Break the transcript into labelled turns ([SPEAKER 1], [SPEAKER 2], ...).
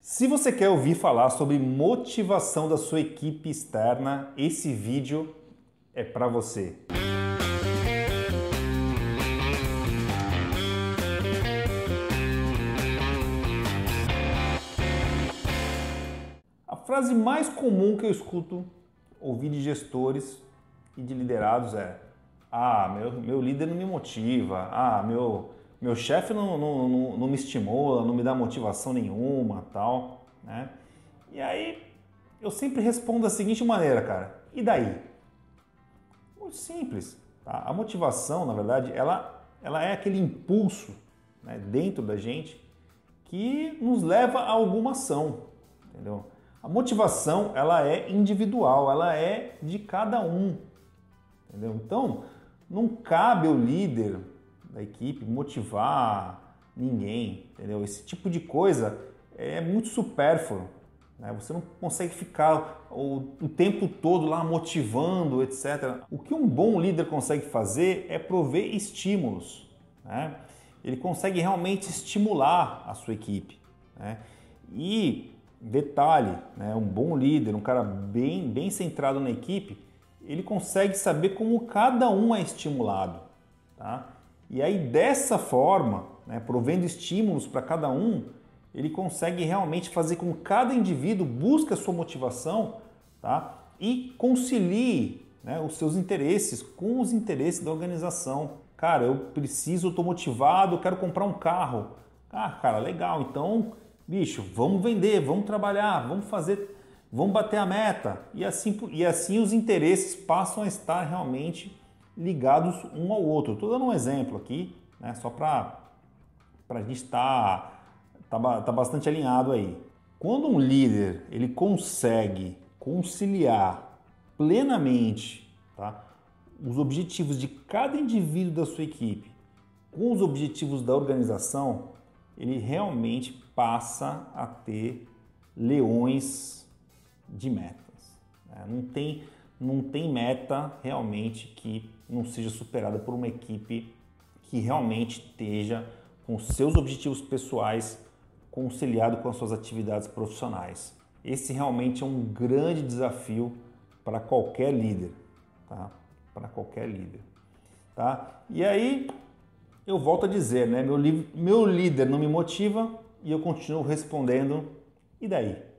[SPEAKER 1] Se você quer ouvir falar sobre motivação da sua equipe externa, esse vídeo é para você. A frase mais comum que eu escuto ouvir de gestores e de liderados é: meu líder não me motiva, meu chefe não me estimula, não me dá motivação nenhuma, tal, né? E aí eu sempre respondo da seguinte maneira, cara: e daí? Muito simples, tá? A motivação, na verdade, ela é aquele impulso, né, dentro da gente que nos leva a alguma ação, entendeu? A motivação, ela é individual, ela é de cada um, entendeu? Então, não cabe ao líder da equipe motivar ninguém, entendeu? Esse tipo de coisa é muito supérfluo, né? Você não consegue ficar o tempo todo lá motivando, etc. O que um bom líder consegue fazer é prover estímulos, né? Ele consegue realmente estimular a sua equipe, né? E detalhe, né? Um bom líder, um cara bem centrado na equipe, ele consegue saber como cada um é estimulado, tá? E aí dessa forma, né, provendo estímulos para cada um, ele consegue realmente fazer com que cada indivíduo busque a sua motivação, tá? E concilie, né, os seus interesses com os interesses da organização. Cara, eu estou motivado, eu quero comprar um carro. Ah, cara, legal, então, bicho, vamos vender, vamos trabalhar, vamos fazer, vamos bater a meta. E assim os interesses passam a estar realmente ligados um ao outro. Estou dando um exemplo aqui, né, só para a gente estar tá bastante alinhado aí. Quando um líder ele consegue conciliar plenamente, tá, os objetivos de cada indivíduo da sua equipe com os objetivos da organização, ele realmente passa a ter leões de metas, né? Não tem meta realmente que não seja superada por uma equipe que realmente esteja com seus objetivos pessoais conciliado com as suas atividades profissionais. Esse realmente é um grande desafio para qualquer líder, tá? Para qualquer líder, tá? E aí eu volto a dizer, né? Meu líder não me motiva e eu continuo respondendo: e daí?